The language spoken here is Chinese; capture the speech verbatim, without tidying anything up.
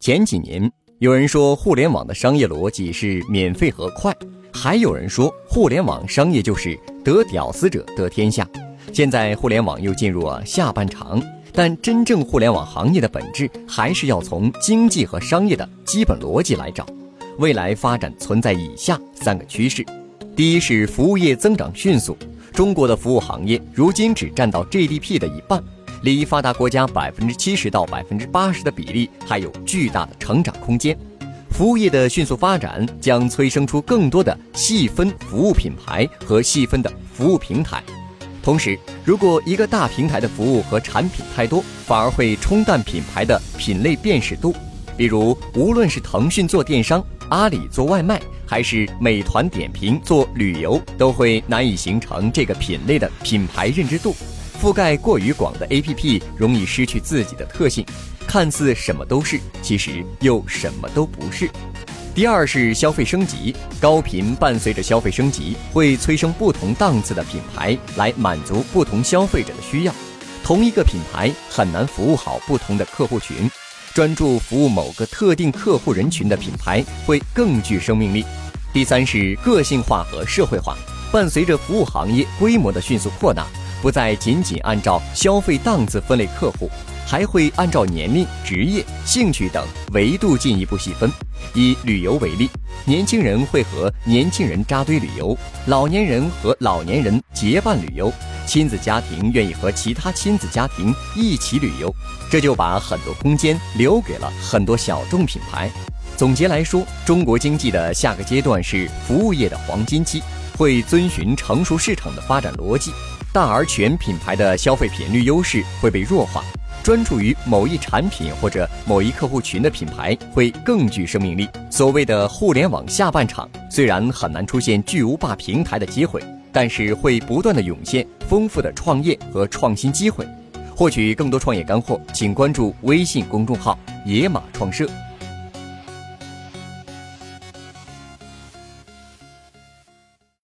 前几年，有人说互联网的商业逻辑是免费和快，还有人说互联网商业就是得屌丝者得天下。现在互联网又进入了下半场，但真正互联网行业的本质还是要从经济和商业的基本逻辑来找。未来发展存在以下三个趋势。第一是服务业增长迅速，中国的服务行业如今只占到 G D P 的一半，离发达国家 百分之七十 到 百分之八十 的比例还有巨大的成长空间。服务业的迅速发展将催生出更多的细分服务品牌和细分的服务平台。同时，如果一个大平台的服务和产品太多，反而会冲淡品牌的品类辨识度。比如，无论是腾讯做电商，阿里做外卖，还是美团点评做旅游，都会难以形成这个品类的品牌认知度。覆盖过于广的 A P P 容易失去自己的特性，看似什么都是，其实又什么都不是。第二是消费升级，高频伴随着消费升级，会催生不同档次的品牌来满足不同消费者的需要。同一个品牌很难服务好不同的客户群，专注服务某个特定客户人群的品牌会更具生命力。第三是个性化和社会化，伴随着服务行业规模的迅速扩大，不再仅仅按照消费档次分类客户，还会按照年龄、职业、兴趣等维度进一步细分。以旅游为例，年轻人会和年轻人扎堆旅游，老年人和老年人结伴旅游，亲子家庭愿意和其他亲子家庭一起旅游，这就把很多空间留给了很多小众品牌。总结来说，中国经济的下个阶段是服务业的黄金期，会遵循成熟市场的发展逻辑，大而全品牌的消费频率优势会被弱化，专注于某一产品或者某一客户群的品牌会更具生命力。所谓的互联网下半场，虽然很难出现巨无霸平台的机会，但是会不断的涌现丰富的创业和创新机会。获取更多创业干货，请关注微信公众号野马创社。